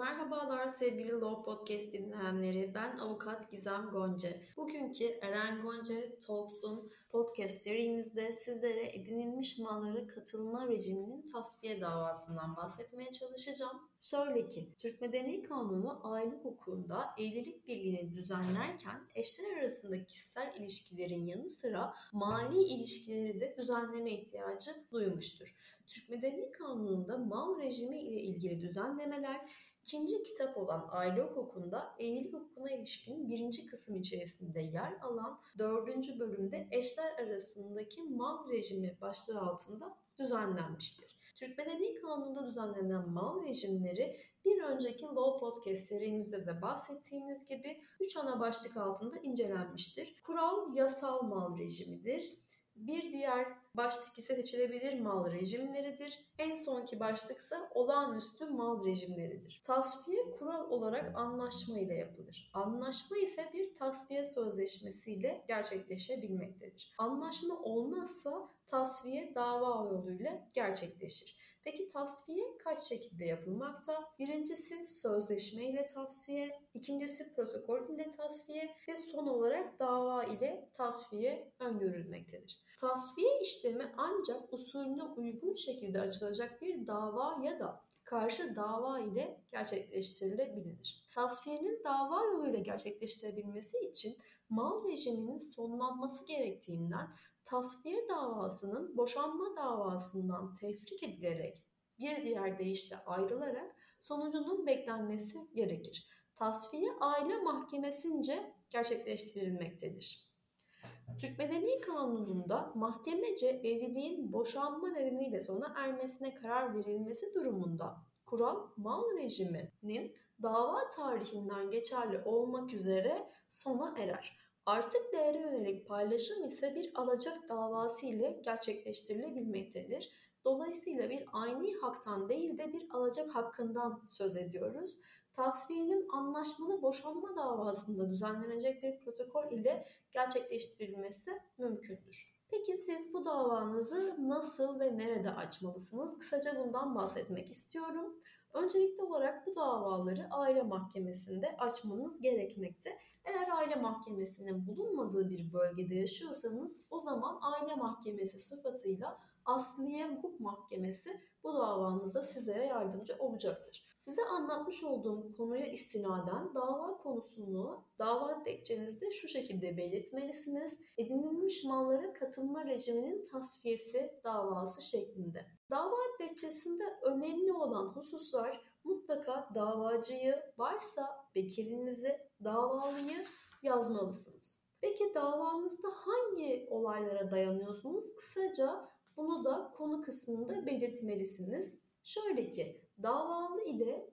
Merhabalar sevgili Law Podcast dinleyenleri. Ben avukat Gizem Gonca. Bugünkü Eren Gonca Talks'un podcast serimizde sizlere edinilmiş mallara katılma rejiminin tasfiye davasından bahsetmeye çalışacağım. Şöyle ki, Türk Medeni Kanunu aile hukukunda evlilik birliğini düzenlerken eşler arasında kişisel ilişkilerin yanı sıra mali ilişkileri de düzenleme ihtiyacı duymuştur. Türk Medeni Kanunu'nda mal rejimi ile ilgili düzenlemeler İkinci kitap olan aile hukukunda evlilik hukukuna ilişkin birinci kısım içerisinde yer alan dördüncü bölümde eşler arasındaki mal rejimi başlığı altında düzenlenmiştir. Türk Medeni Kanunu'nda düzenlenen mal rejimleri bir önceki Law Podcast serimizde de bahsettiğimiz gibi 3 ana başlık altında incelenmiştir. Kural yasal mal rejimidir. Bir diğer başlık ise seçilebilir mal rejimleridir. En sonki başlıksa olağanüstü mal rejimleridir. Tasfiye kural olarak anlaşma ile yapılır. Anlaşma ise bir tasfiye sözleşmesiyle gerçekleşebilmektedir. Anlaşma olmazsa tasfiye dava yoluyla gerçekleşir. Peki tasfiye kaç şekilde yapılmakta? Birincisi sözleşme ile tasfiye, ikincisi protokol ile tasfiye ve son olarak dava ile tasfiye öngörülmektedir. Tasfiye işlemi ancak usulüne uygun şekilde açılacak bir dava ya da karşı dava ile gerçekleştirilebilir. Tasfiyenin dava yoluyla gerçekleştirebilmesi için mal rejiminin sonlanması gerektiğinden tasfiye davasının boşanma davasından tefrik edilerek bir diğer deyişle ayrılarak sonucunun beklenmesi gerekir. Tasfiye aile mahkemesince gerçekleştirilmektedir. Türk Medeni Kanunu'nda mahkemece evliliğin boşanma nedeniyle sona ermesine karar verilmesi durumunda kural mal rejiminin dava tarihinden geçerli olmak üzere sona erer. Artık değere yönelik paylaşım ise bir alacak davası ile gerçekleştirilebilmektedir. Dolayısıyla bir ayni haktan değil de bir alacak hakkından söz ediyoruz. Tasfiyenin anlaşmalı boşanma davasında düzenlenecek bir protokol ile gerçekleştirilmesi mümkündür. Peki siz bu davanızı nasıl ve nerede açmalısınız? Kısaca bundan bahsetmek istiyorum. Öncelikli olarak bu davaları aile mahkemesinde açmanız gerekmekte. Eğer aile mahkemesinin bulunmadığı bir bölgede yaşıyorsanız o zaman aile mahkemesi sıfatıyla Asliye Hukuk Mahkemesi bu davanızda sizlere yardımcı olacaktır. Size anlatmış olduğum konuya istinaden dava konusunu dava dilekçenizde şu şekilde belirtmelisiniz. Edinilmiş mallara katılma rejiminin tasfiyesi davası şeklinde. Dava dilekçesinde önemli olan hususlar mutlaka davacıyı, varsa vekilinizi, davalıyı yazmalısınız. Peki davanızda hangi olaylara dayanıyorsunuz? Kısaca bunu da konu kısmında belirtmelisiniz. Şöyle ki, davalı ile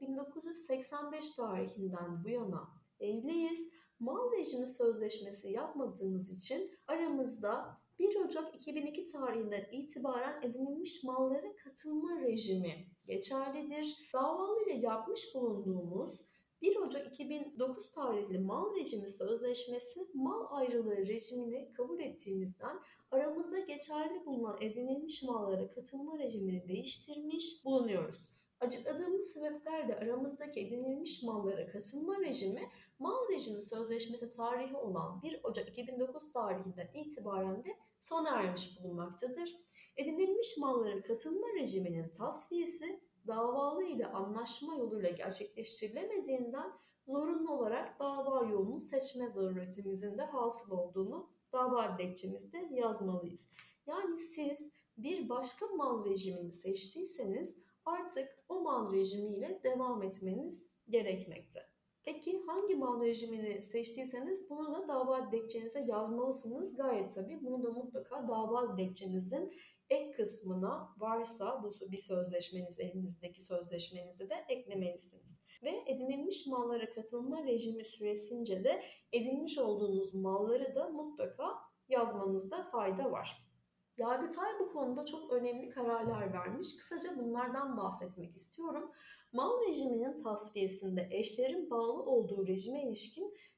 1985 tarihinden bu yana evliyiz. Mal rejimi sözleşmesi yapmadığımız için aramızda 1 Ocak 2002 tarihinden itibaren edinilmiş mallara katılma rejimi geçerlidir. Davalı ile yapmış bulunduğumuz 1 Ocak 2009 tarihli mal rejimi sözleşmesi mal ayrılığı rejimini kabul ettiğimizden aramızda geçerli bulunan edinilmiş mallara katılma rejimini değiştirmiş bulunuyoruz. Açıkladığımız sebeplerle aramızdaki edinilmiş mallara katılma rejimi, mal rejimi sözleşmesi tarihi olan 1 Ocak 2009 tarihinden itibaren de sona ermiş bulunmaktadır. Edinilmiş mallara katılma rejiminin tasfiyesi davalı ile anlaşma yoluyla gerçekleştirilemediğinden zorunlu olarak dava yolunu seçme zaruretimizin de hasıl olduğunu dava dilekçemizde yazmalıyız. Yani siz bir başka mal rejimini seçtiyseniz artık o mal rejimiyle devam etmeniz gerekmekte. Peki hangi mal rejimini seçtiyseniz bunu da dava dilekçenize yazmalısınız. Gayet tabii bunu da mutlaka dava dilekçenizin ek kısmına varsa bu bir sözleşmeniz, elinizdeki sözleşmenizi de eklemelisiniz. Ve edinilmiş mallara katılma rejimi süresince de edinmiş olduğunuz malları da mutlaka yazmanızda fayda var. Yargıtay bu konuda çok önemli kararlar vermiş. Kısaca bunlardan bahsetmek istiyorum. Mal rejiminin tasfiyesinde eşlerin bağlı olduğu rejime ilişkin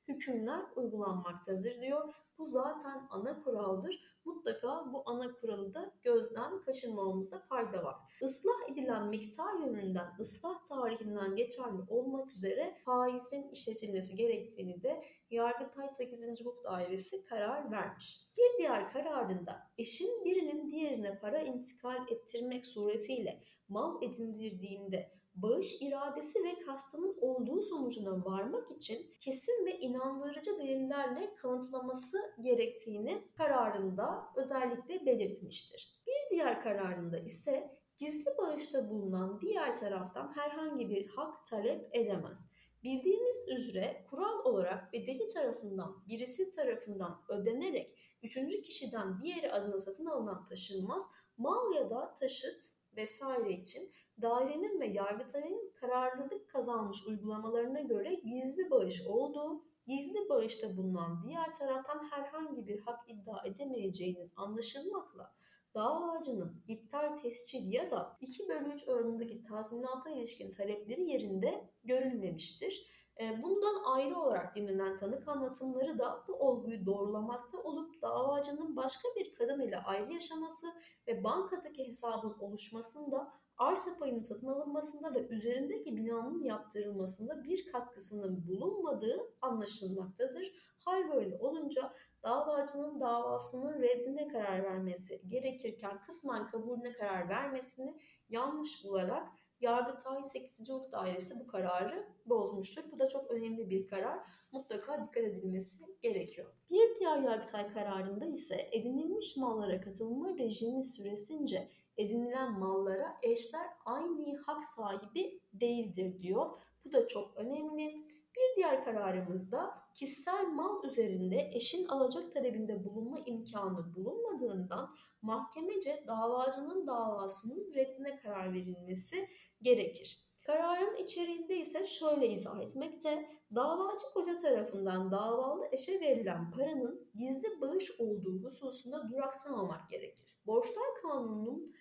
hükümler uygulanmaktadır diyor. Bu zaten ana kuraldır. Mutlaka bu ana kuralı da gözden kaçırmamamızda fayda var. Islah edilen miktar yönünden ıslah tarihinden geçerli olmak üzere faizin işletilmesi gerektiğini de Yargıtay 8. Hukuk Dairesi karar vermiş. Bir diğer kararında eşin birinin diğerine para intikal ettirmek suretiyle mal edindirdiğinde bağış iradesi ve kastının olduğu sonucuna varmak için kesin ve inandırıcı delillerle kanıtlaması gerektiğini kararında özellikle belirtmiştir. Bir diğer kararında ise gizli bağışta bulunan diğer taraftan herhangi bir hak talep edemez. Bildiğiniz üzere kural olarak bedeli tarafından birisi tarafından ödenerek üçüncü kişiden diğeri adına satın alınan taşınmaz, mal ya da taşıt vesaire için dairenin ve Yargıtay'ın kararlılık kazanmış uygulamalarına göre gizli bağış olduğu, gizli bağışta bulunan diğer taraftan herhangi bir hak iddia edemeyeceğinin anlaşılmakla davacının iptal tescil ya da 2/3 oranındaki tazminata ilişkin talepleri yerinde görülmemiştir. Bundan ayrı olarak dinlenen tanık anlatımları da bu olguyu doğrulamakta olup davacının başka bir kadın ile ayrı yaşaması ve bankadaki hesabın oluşmasında, arsa payının satın alınmasında ve üzerindeki binanın yaptırılmasında bir katkısının bulunmadığı anlaşılmaktadır. Hal böyle olunca davacının davasının reddine karar vermesi gerekirken kısmen kabulüne karar vermesini yanlış bularak Yargıtay 8. Hukuk Dairesi bu kararı bozmuştur. Bu da çok önemli bir karar. Mutlaka dikkat edilmesi gerekiyor. Bir diğer Yargıtay kararında ise edinilmiş mallara katılma rejimi süresince edinilen mallara eşler aynı hak sahibi değildir diyor. Bu da çok önemli. Bir diğer kararımızda kişisel mal üzerinde eşin alacak talebinde bulunma imkanı bulunmadığından mahkemece davacının davasının reddine karar verilmesi gerekir. Kararın içeriğinde ise şöyle izah etmekte: davacı koca tarafından davalı eşe verilen paranın gizli bağış olduğu hususunda duraksamamak gerekir. Borçlar Kanunu'nun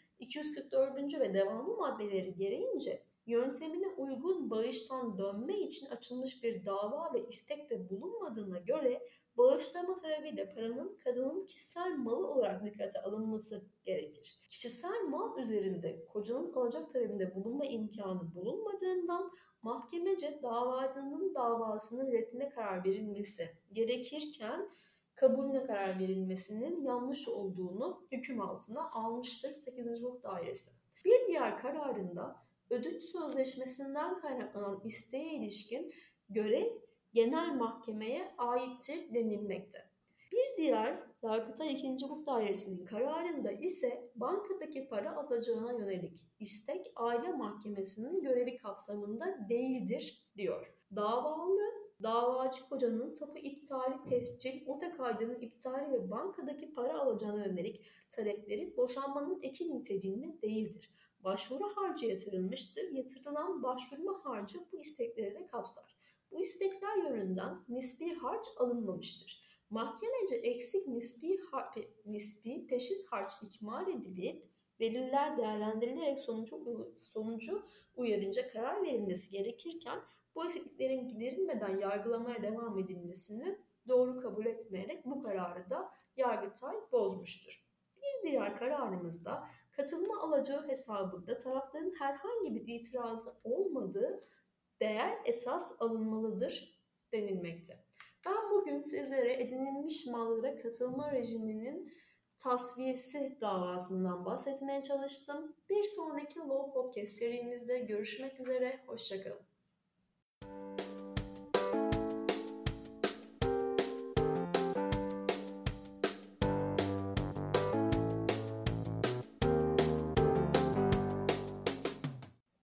244. ve devamı maddeleri gereğince yöntemine uygun bağıştan dönme için açılmış bir dava ve istekte bulunmadığına göre bağışlama sebebiyle paranın kadının kişisel malı olarak dikkate alınması gerekir. Kişisel mal üzerinde kocanın alacak talebinde bulunma imkanı bulunmadığından mahkemece davacının davasının reddine karar verilmesi gerekirken kabulüne karar verilmesinin yanlış olduğunu hüküm altına almıştır 8. Hukuk Dairesi. Bir diğer kararında ödünç sözleşmesinden kaynaklanan isteğe ilişkin görev genel mahkemeye aittir denilmekte. Bir diğer Yargıtay 2. Hukuk Dairesi'nin kararında ise bankadaki para alacağına yönelik istek aile mahkemesinin görevi kapsamında değildir diyor. Davacı kocanın tapu iptali, tescil, oda kaydının iptali ve bankadaki para alacağına yönelik talepleri boşanmanın eki niteliğinde değildir. Başvuru harcı yatırılmıştır. Yatırılan başvurma harcı bu istekleri de kapsar. Bu istekler yönünden nispi harç alınmamıştır. Mahkemece eksik nispi peşin harç ikmal edilip deliller değerlendirilerek sonucu uyarınca karar verilmesi gerekirken bu eksikliklerin giderilmeden yargılamaya devam edilmesini doğru kabul etmeyerek bu kararı da Yargıtay bozmuştur. Bir diğer kararımızda katılma alacağı hesabında tarafların herhangi bir itirazı olmadığı değer esas alınmalıdır denilmekte. Ben bugün sizlere edinilmiş mallara katılma rejiminin tasfiyesi davasından bahsetmeye çalıştım. Bir sonraki Law Podcast serimizde görüşmek üzere, hoşça kalın.